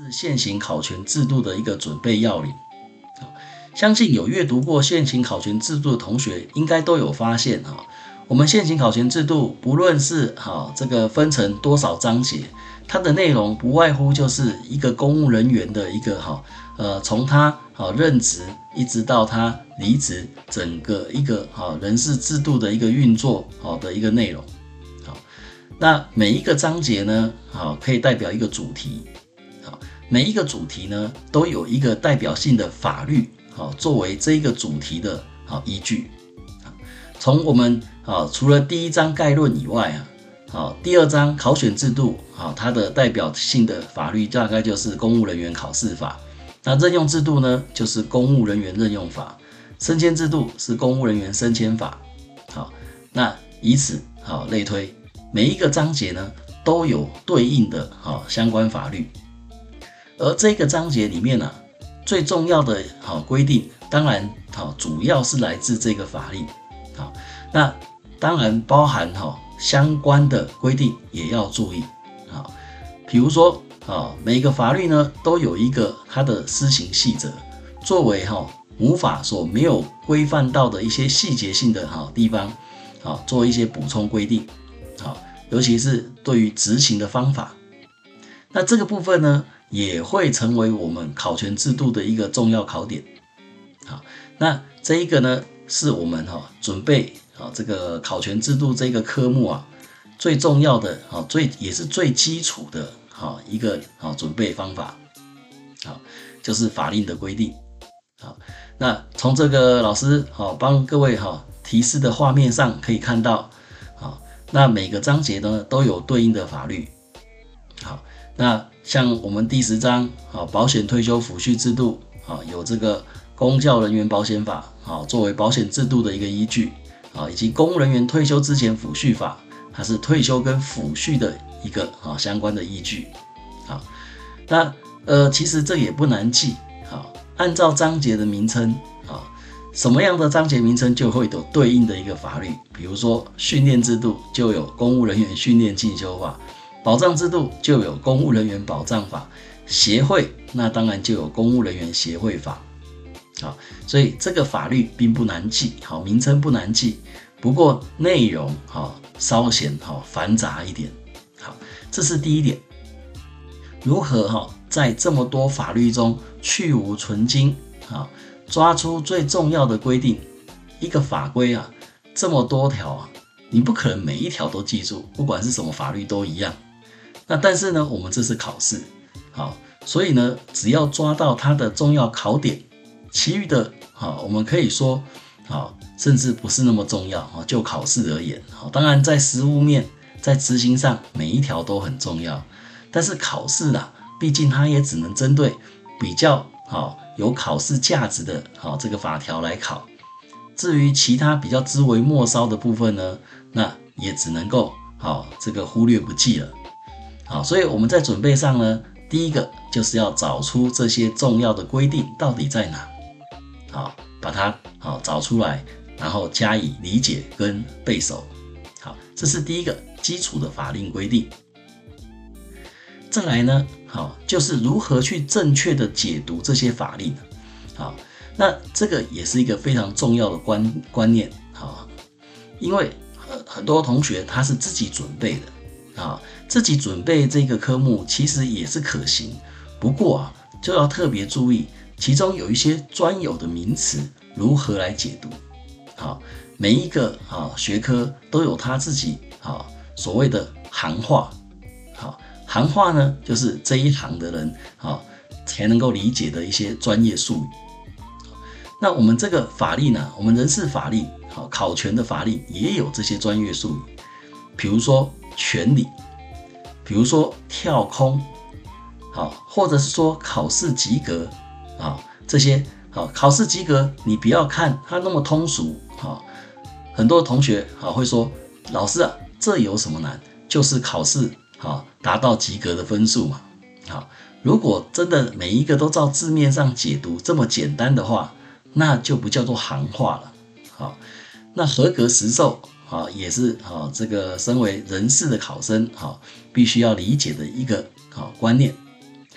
是现行考权制度的一个准备要领。相信有阅读过现行考权制度的同学，应该都有发现我们现行考权制度不论是这个分成多少章节，它的内容不外乎就是一个公务人员的一个从他任职一直到他离职，整个一个人事制度的一个运作的一个内容。那每一个章节呢可以代表一个主题，每一个主题呢都有一个代表性的法律作为这一个主题的依据。从我们除了第一章概论以外第二章考选制度它的代表性的法律大概就是公务人员考试法，那任用制度呢就是公务人员任用法，升迁制度是公务人员升迁法。那以此类推，每一个章节呢都有对应的相关法律。而这个章节里面最重要的规定，当然主要是来自这个法令。那当然包含相关的规定也要注意。比如说每个法律呢都有一个它的施行细则，作为无法所没有规范到的一些细节性的地方做一些补充规定，尤其是对于执行的方法。那这个部分呢也会成为我们考权制度的一个重要考点。那这一个呢是我们准备这个考权制度这个科目最重要的也是最基础的一个准备方法，就是法令的规定。那从这个老师帮各位提示的画面上可以看到，那每个章节呢都有对应的法律。那像我们第10章保险退休抚恤制度有这个公教人员保险法作为保险制度的一个依据，以及公务人员退休之前抚恤法，它是退休跟抚恤的一个相关的依据。那其实这也不难记，按照章节的名称什么样的章节名称就会有对应的一个法律。比如说训练制度就有公务人员训练进修法，保障制度就有公务人员保障法，协会那当然就有公务人员协会法。所以这个法律并不难记，名称不难记，不过内容稍显繁杂一点。这是第一点，如何在这么多法律中去无存精，抓出最重要的规定。一个法规这么多条你不可能每一条都记住，不管是什么法律都一样。那但是呢我们这是考试，所以呢只要抓到它的重要考点，其余的我们可以说甚至不是那么重要，就考试而言。当然在实务面在执行上每一条都很重要，但是考试毕竟它也只能针对比较有考试价值的这个法条来考。至于其他比较枝微末梢的部分呢，那也只能够这个忽略不计了。所以我们在准备上呢，第一个就是要找出这些重要的规定到底在哪，把它找出来，然后加以理解跟背熟。这是第一个基础的法令规定。再来呢就是如何去正确的解读这些法令。那这个也是一个非常重要的观念。因为很多同学他是自己准备的，自己准备这个科目其实也是可行，不过就要特别注意其中有一些专有的名词如何来解读。每一个学科都有他自己所谓的行话。行话呢就是这一行的人才能够理解的一些专业术语。那我们这个法令我们人事法令考权的法令也有这些专业术语，比如说权利，比如说跳空，或者是说考试及格这些考试及格你不要看它那么通俗。很多同学会说，老师这有什么难，就是考试达到及格的分数嘛。如果真的每一个都照字面上解读这么简单的话，那就不叫做行话了。那合格实受也是这个身为人事的考生必须要理解的一个观念。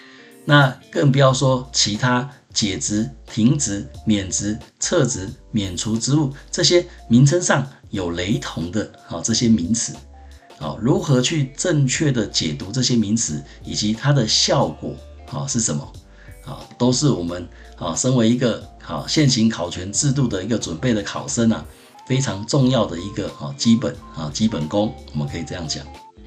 那更不要说其他解职、停职、免职、撤职、免除职务这些名称上有雷同的这些名词，如何去正确的解读这些名词以及它的效果是什么都是我们身为一个现行考权制度的一个准备的考生非常重要的一个基本功，我们可以这样讲。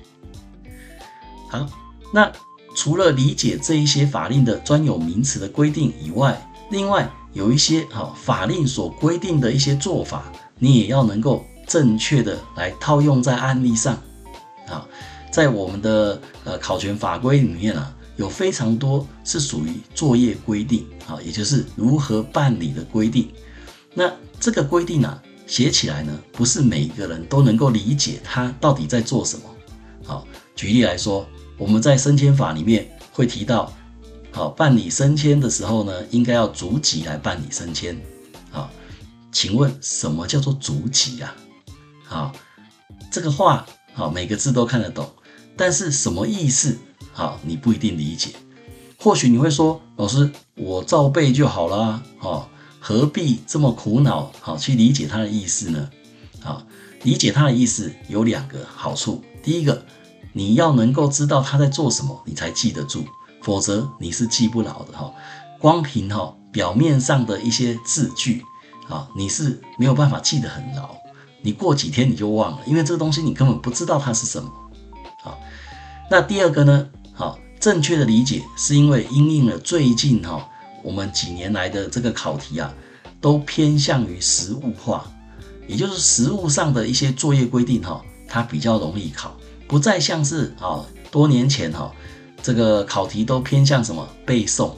好，那除了理解这一些法令的专有名词的规定以外，另外有一些法令所规定的一些做法，你也要能够正确的来套用在案例上。在我们的考权法规里面有非常多是属于作业规定也就是如何办理的规定。那这个规定写起来呢，不是每一个人都能够理解它到底在做什么。举例来说，我们在升迁法里面会提到，办理升迁的时候呢，应该要逐级来办理升迁。请问什么叫做逐级这个话每个字都看得懂，但是什么意思你不一定理解。或许你会说，老师，我照背就好啦，何必这么苦恼去理解它的意思呢？理解它的意思有2个好处。第一个，你要能够知道他在做什么，你才记得住，否则你是记不牢的光凭表面上的一些字句你是没有办法记得很牢，你过几天你就忘了，因为这个东西你根本不知道它是什么。那第二个呢，正确的理解是因为因应了最近我们几年来的这个考题都偏向于实务化，也就是实务上的一些作业规定它比较容易考，不再像是多年前这个考题都偏向什么背诵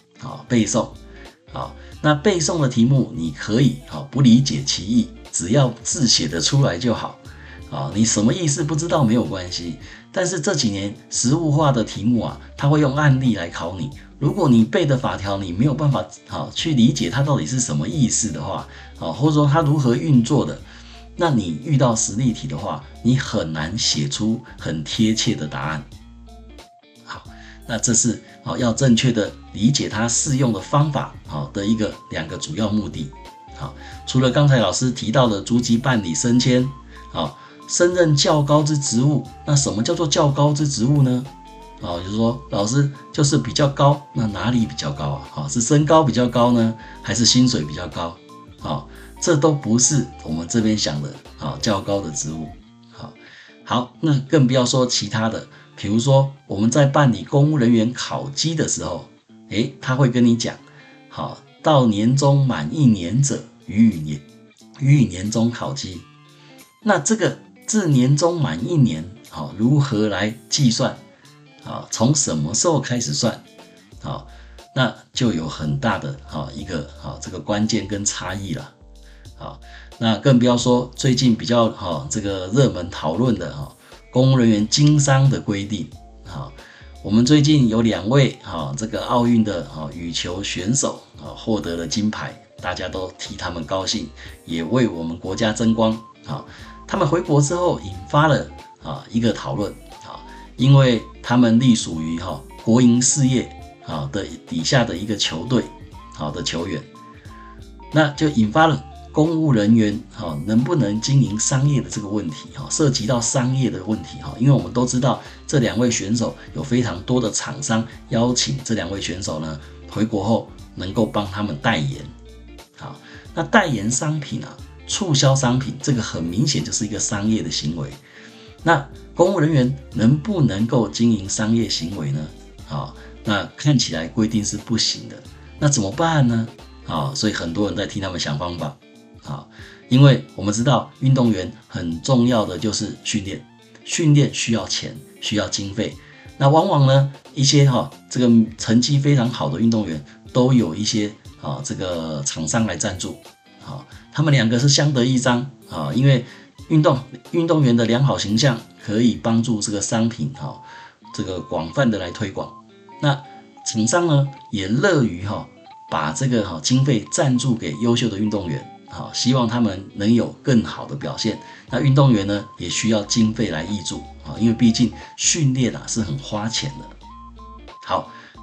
那背诵的题目你可以不理解其意，只要字写得出来就好你什么意思不知道没有关系。但是这几年实务化的题目它会用案例来考你，如果你背的法条你没有办法去理解它到底是什么意思的话或者说它如何运作的，那你遇到实例题的话，你很难写出很贴切的答案。好，那这是要正确的理解它适用的方法的2个主要目的。除了刚才老师提到的逐级办理升迁升任较高之职务，那什么叫做较高之职务呢？就是说老师就是比较高，那哪里比较高是身高比较高呢，还是薪水比较高这都不是我们这边想的较高的职务。好，那更不要说其他的，比如说我们在办理公务人员考绩的时候他会跟你讲到年终满1年者予以年终考绩。那这个自年终满1年如何来计算从什么时候开始算那就有很大的一个这个关键跟差异了。那更不要说最近比较这个热门讨论的公务人员经商的规定我们最近有2位这个奥运的羽球选手获得了金牌，大家都替他们高兴，也为我们国家争光他们回国之后引发了一个讨论因为他们隶属于国营事业的底下的一个球队的球员，那就引发了公务人员能不能经营商业的这个问题涉及到商业的问题因为我们都知道这2位选手有非常多的厂商邀请这2位选手呢回国后能够帮他们代言那代言商品促销商品，这个很明显就是一个商业的行为。那公务人员能不能够经营商业行为呢？那看起来规定是不行的，那怎么办呢？所以很多人在替他们想方法因为我们知道运动员很重要的就是训练，训练需要钱，需要经费。那往往呢一些这个成绩非常好的运动员都有一些这个厂商来赞助他们2个是相得益彰因为运动员的良好形象可以帮助这个商品这个广泛的来推广。那厂商呢也乐于把这个经费赞助给优秀的运动员希望他们能有更好的表现。那运动员呢也需要经费来挹注因为毕竟训练是很花钱的。好，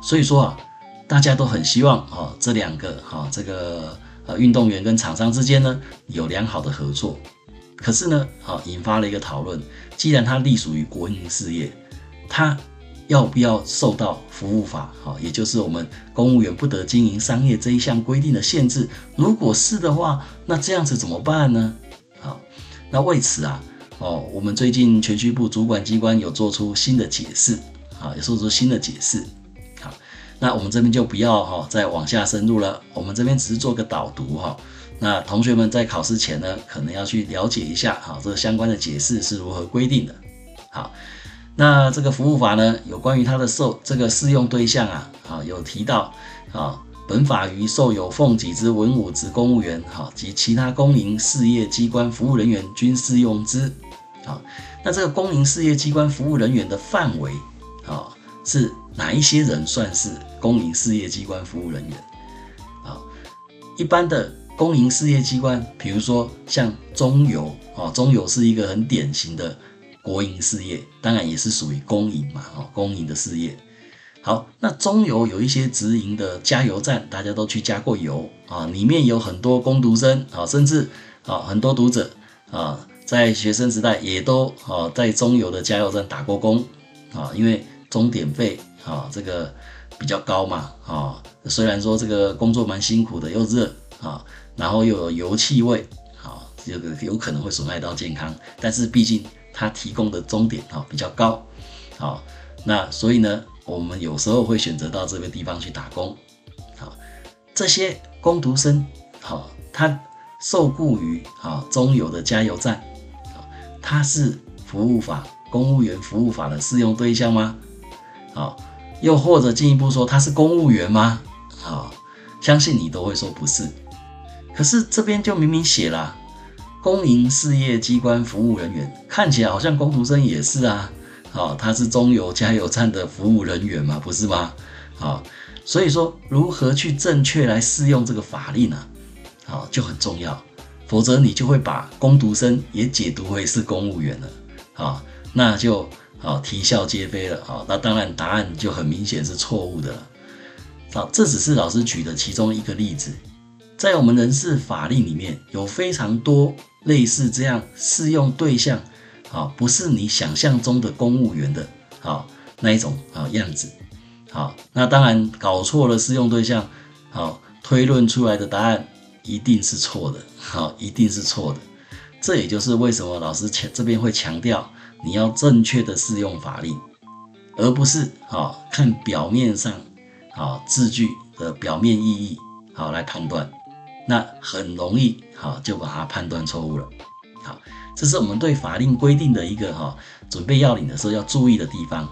所以说啊，大家都很希望这两个这个运动员跟厂商之间呢有良好的合作。可是呢，引发了一个讨论，既然它隶属于国营事业，它要不要受到服务法，也就是我们公务员不得经营商业这一项规定的限制？如果是的话，那这样子怎么办呢？好，那为此啊，我们最近铨叙部主管机关有做出新的解释，有做出新的解释。好，那我们这边就不要再往下深入了，我们这边只是做个导读哈。那同学们在考试前呢，可能要去了解一下这个相关的解释是如何规定的。好，那这个服务法呢，有关于它的这个适用对象有提到本法于受有俸给之文武职公务员及其他公营事业机关服务人员均适用之。那这个公营事业机关服务人员的范围是哪一些人算是公营事业机关服务人员？一般的公营事业机关，比如说像中油，中油是一个很典型的国营事业，当然也是属于公营嘛，公营的事业。好，那中油有一些直营的加油站，大家都去加过油里面有很多工读生甚至很多读者在学生时代也都在中油的加油站打过工因为钟点费这个比较高嘛虽然说这个工作蛮辛苦的，又热然后又有油气味这个有可能会损害到健康，但是毕竟它提供的钟点比较高那所以呢，我们有时候会选择到这个地方去打工这些工读生他受雇于中油的加油站他是服务法公务员服务法的适用对象吗？又或者进一步说他是公务员吗？相信你都会说不是。可是这边就明明写了公营事业机关服务人员，看起来好像工读生也是他是中油加油站的服务人员嘛，不是吗？所以说如何去正确来适用这个法令就很重要，否则你就会把工读生也解读为是公务员了那就啼笑皆非了那当然答案就很明显是错误的了这只是老师举的其中一个例子，在我们人事法令里面有非常多类似这样适用对象不是你想象中的公务员的那一种样子那当然搞错了适用对象推论出来的答案一定是错的一定是错的。这也就是为什么老师这边会强调你要正确的适用法令，而不是看表面上字句的表面意义来判断，那很容易就把它判断错误了。这是我们对法令规定的一个准备要领的时候要注意的地方。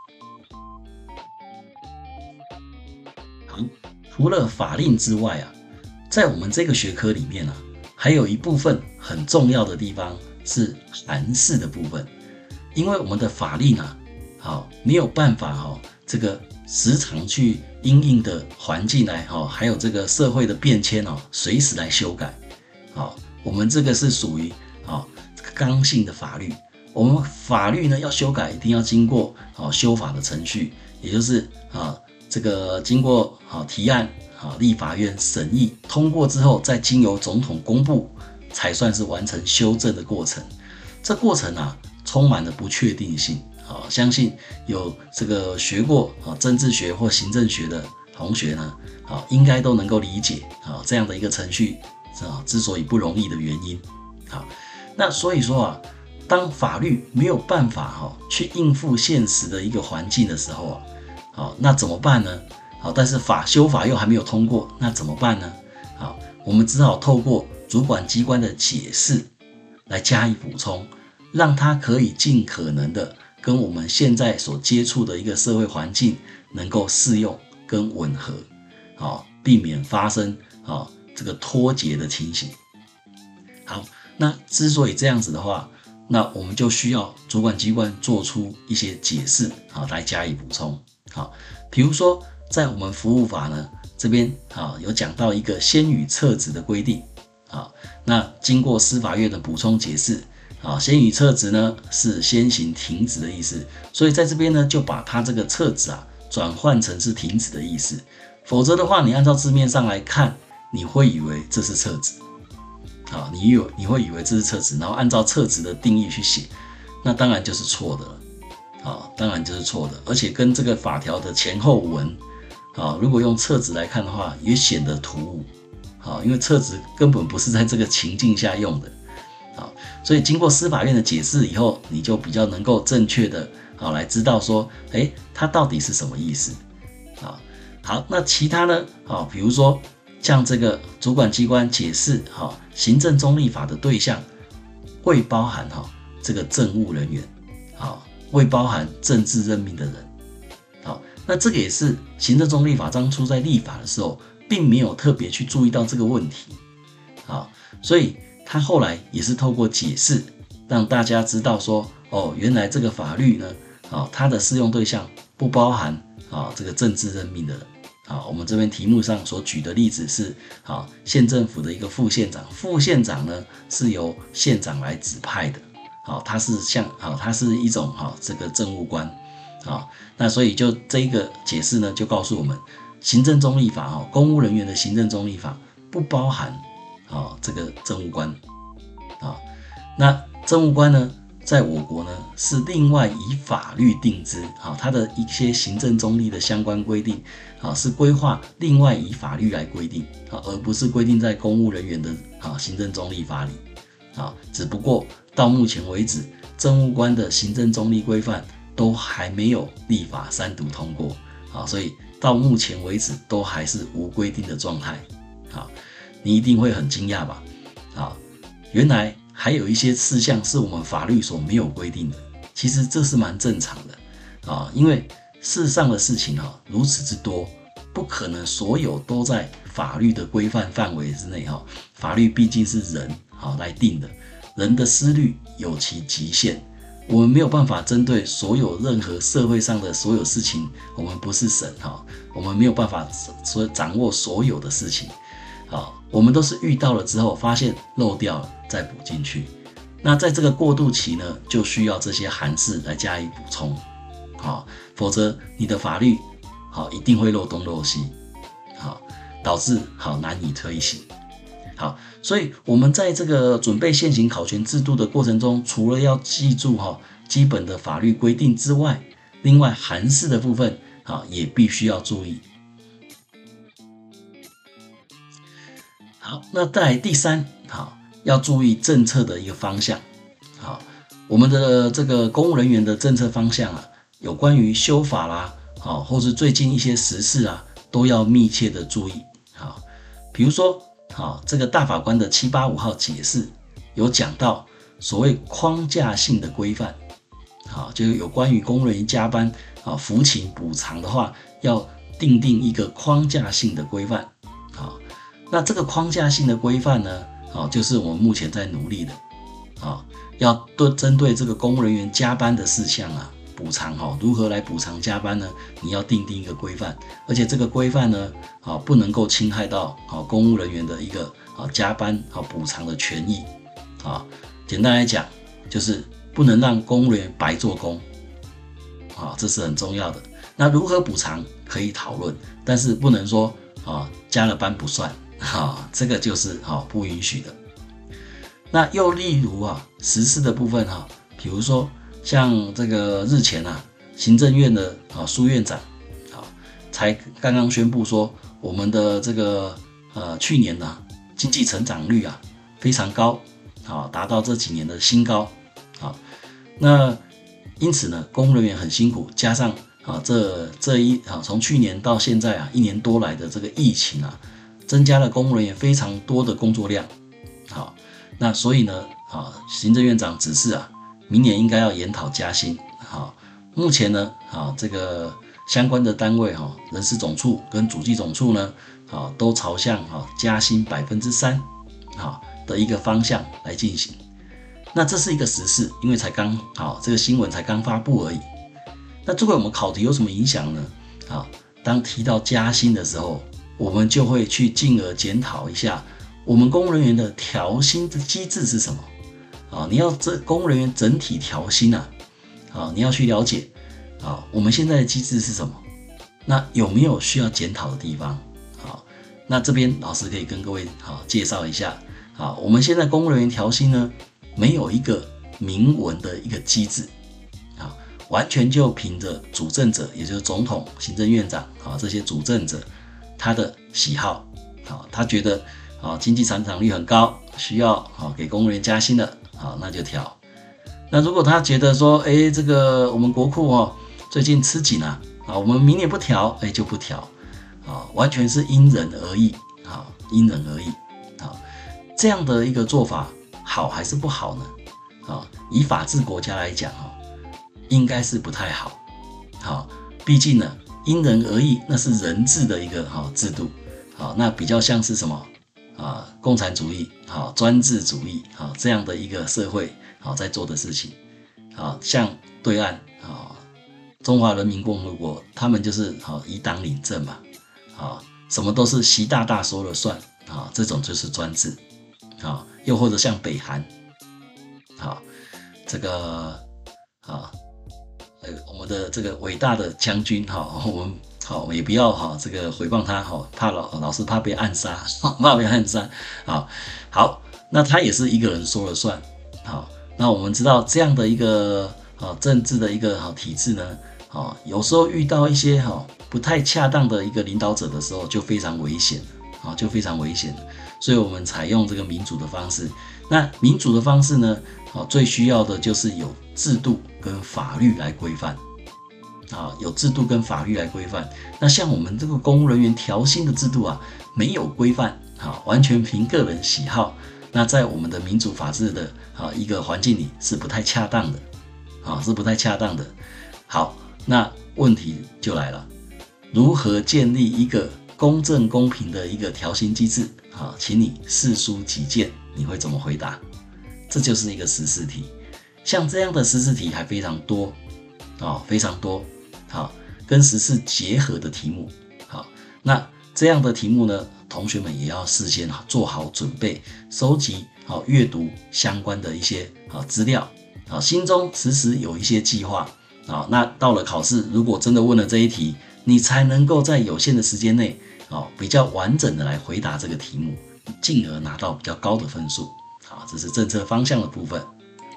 好，除了法令之外在我们这个学科里面还有一部分很重要的地方是函释的部分，因为我们的法令没有办法这个时常去因应的环境来还有这个社会的变迁随时来修改我们这个是属于刚性的法律，我们法律呢要修改一定要经过修法的程序，也就是这个经过提案立法院审议通过之后，再经由总统公布才算是完成修正的过程。这过程充满了不确定性相信有这个学过政治学或行政学的同学呢应该都能够理解这样的一个程序之所以不容易的原因。那所以说当法律没有办法去应付现实的一个环境的时候那怎么办呢？但是修法又还没有通过，那怎么办呢？我们只好透过主管机关的解释来加以补充，让它可以尽可能的跟我们现在所接触的一个社会环境能够适用跟吻合避免发生这个脱节的情形。好，那之所以这样子的话，那我们就需要主管机关做出一些解释来加以补充。比如说在我们服务法呢这边有讲到一个先予撤职的规定那经过司法院的补充解释先予撤职呢是先行停止的意思，所以在这边呢就把它这个撤职转换成是停止的意思，否则的话，你按照字面上来看，你会以为这是撤职，好，你会以为这是撤职，然后按照撤职的定义去写，那当然就是错的了，好，当然就是错的，而且跟这个法条的前后文，好，如果用撤职来看的话，也显得突兀，好，因为撤职根本不是在这个情境下用的，好，所以经过司法院的解释以后，你就比较能够正确的来知道说，它到底是什么意思，好，那其他呢，比如说像这个主管机关解释，行政中立法的对象未包含这个政务人员，未包含政治任命的人，那这个也是行政中立法当初在立法的时候，并没有特别去注意到这个问题，所以他后来也是透过解释，让大家知道说，原来这个法律呢，它的适用对象不包含这个政治任命的人。我们这边题目上所举的例子是，县政府的一个副县长，副县长呢是由县长来指派的，他是一种这个政务官，那所以就这一个解释呢，就告诉我们，行政中立法，公务人员的行政中立法不包含这个政务官，那政务官呢，在我国呢是另外以法律定之，它的一些行政中立的相关规定，是规划另外以法律来规定，而不是规定在公务人员的行政中立法里，只不过到目前为止，政务官的行政中立规范都还没有立法三读通过，所以到目前为止都还是无规定的状态，你一定会很惊讶吧？原来还有一些事项是我们法律所没有规定的，其实这是蛮正常的，因为世上的事情如此之多，不可能所有都在法律的规范范围之内，法律毕竟是人来定的，人的思虑有其极限，我们没有办法针对所有任何社会上的所有事情，我们不是神，我们没有办法掌握所有的事情，我们都是遇到了之后发现漏掉了再补进去，那在这个过渡期呢，就需要这些函释来加以补充，否则你的法律一定会漏东漏西，导致难以推行。所以我们在这个准备现行考权制度的过程中，除了要记住基本的法律规定之外，另外函释的部分也必须要注意。好，那再来第三，要注意政策的一个方向。我们的这个公务人员的政策方向有关于修法啦，或是最近一些时事都要密切的注意。比如说，这个大法官的785号解释有讲到所谓框架性的规范，就是有关于公务人员加班服勤补偿的话，要订定一个框架性的规范。那这个框架性的规范呢，就是我们目前在努力的，要针对这个公务人员加班的事项补偿如何来补偿加班呢？你要订定一个规范，而且这个规范呢，不能够侵害到公务人员的一个加班补偿的权益。简单来讲，就是不能让公务人员白做工，这是很重要的。那如何补偿可以讨论，但是不能说加了班不算，这个就是不允许的。那又例如实施的部分比如说像这个日前行政院的苏院长才刚刚宣布说，我们的这个去年经济成长率非常高，达到这几年的新高。那因此呢，公务人员很辛苦，加上从去年到现在1年多来的这个疫情增加了公务人员非常多的工作量。那所以呢，行政院长指示明年应该要研讨加薪。目前呢，这个相关的单位人事总处跟主计总处呢，都朝向加薪3%的一个方向来进行。那这是一个时事，因为才刚这个新闻才刚发布而已。那这个我们考题有什么影响呢？当提到加薪的时候，我们就会去进而检讨一下我们公务人员的调薪的机制是什么。你要公务人员整体调薪你要去了解我们现在的机制是什么。 那有没有需要检讨的地方？好，那这边老师可以跟各位介绍一下。好，我们现在公务人员调薪呢，没有一个明文的一个机制，好，完全就凭着主政者，也就是总统、行政院长这些主政者他的喜好，好，他觉得经济成长率很高，需要给公务员加薪了，好，那就调。那如果他觉得说，这个我们国库最近吃紧啊，我们明年不调，就不调，完全是因人而异，因人而异，这样的一个做法好还是不好呢？以法治国家来讲，应该是不太好，毕竟呢，因人而异，那是人治的一个制度，那比较像是什么共产主义、专制主义这样的一个社会在做的事情，像对岸中华人民共和国，他们就是以党领政嘛，什么都是习大大说了算，这种就是专制，又或者像北韩，这个我们的这个伟大的将军我们也不要这个诽谤他怕老师怕被暗杀，怕被暗杀，好，那他也是一个人说了算，那我们知道这样的一个政治的一个体制呢，有时候遇到一些不太恰当的一个领导者的时候，就非常危险，就非常危险，所以我们采用这个民主的方式。那民主的方式呢，最需要的就是有制度跟法律来规范，有制度跟法律来规范。那像我们这个公务人员调薪的制度没有规范，完全凭个人喜好，那在我们的民主法治的一个环境里是不太恰当的，是不太恰当的。好，那问题就来了，如何建立一个公正公平的一个调薪机制？请你释书己见，你会怎么回答？这就是一个时事题。像这样的时事题还非常多，非常多，跟时事结合的题目。那这样的题目呢，同学们也要事先做好准备，收集阅读相关的一些资料，心中时时有一些计划。那到了考试，如果真的问了这一题，你才能够在有限的时间内比较完整的来回答这个题目，进而拿到比较高的分数。好，这是政策方向的部分。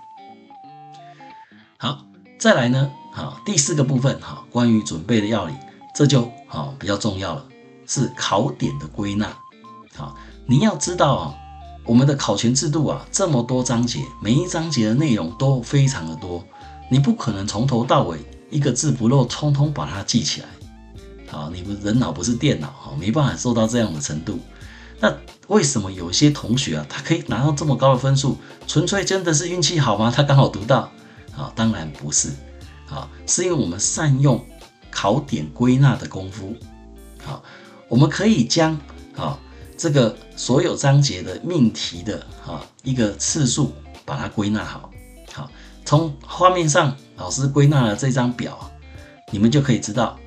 好，再来呢，第4个部分，关于准备的要领，这就比较重要了，是考点的归纳。你要知道我们的考前制度这么多章节，每一章节的内容都非常的多，你不可能从头到尾一个字不漏，通通把它记起来。你们人脑不是电脑，没办法做到这样的程度。那为什么有些同学他可以拿到这么高的分数？纯粹真的是运气好吗？他刚好读到？当然不是，是因为我们善用考点归纳的功夫。我们可以将这个所有章节的命题的一个次数把它归纳好。从画面上老师归纳了这张表，你们就可以知道，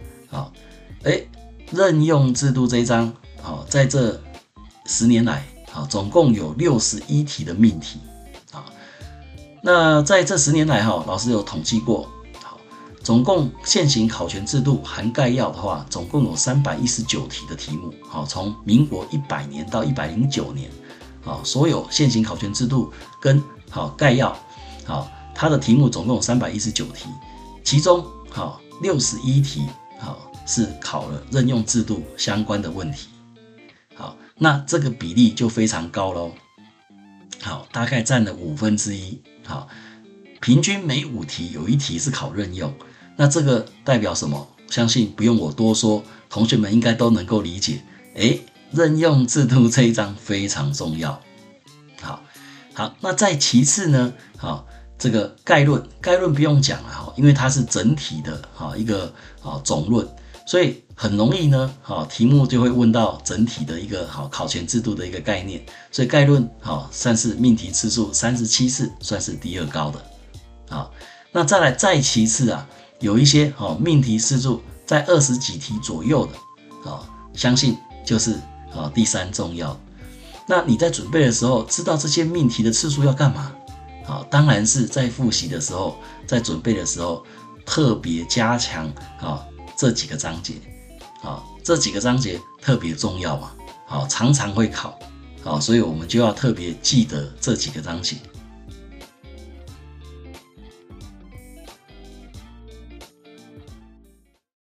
任用制度这一章，在这10年来，总共有61题的命题。那在这10年来，老师有统计过，总共现行考前制度含概要的话，总共有319题的题目。从民国100年到109年，所有现行考前制度跟概要，它的题目总共有319题，其中61题是考了任用制度相关的问题。那这个比例就非常高咯，大概占了1/5。平均每5题有1题是考任用，那这个代表什么？相信不用我多说，同学们应该都能够理解。任用制度这一章非常重要。好，那再其次呢，这个概论不用讲了，因为它是整体的一个总论，所以很容易呢，题目就会问到整体的一个考前制度的一个概念，所以概论算是命题次数37次，算是第2高的。那再其次有一些命题次数在20几题左右的，相信就是第3重要的。那你在准备的时候，知道这些命题的次数要干嘛？当然是在复习的时候，在准备的时候，特别加强这几个章节。 好，这几个章节特别重要嘛，好，常常会考，好，所以我们就要特别记得这几个章节。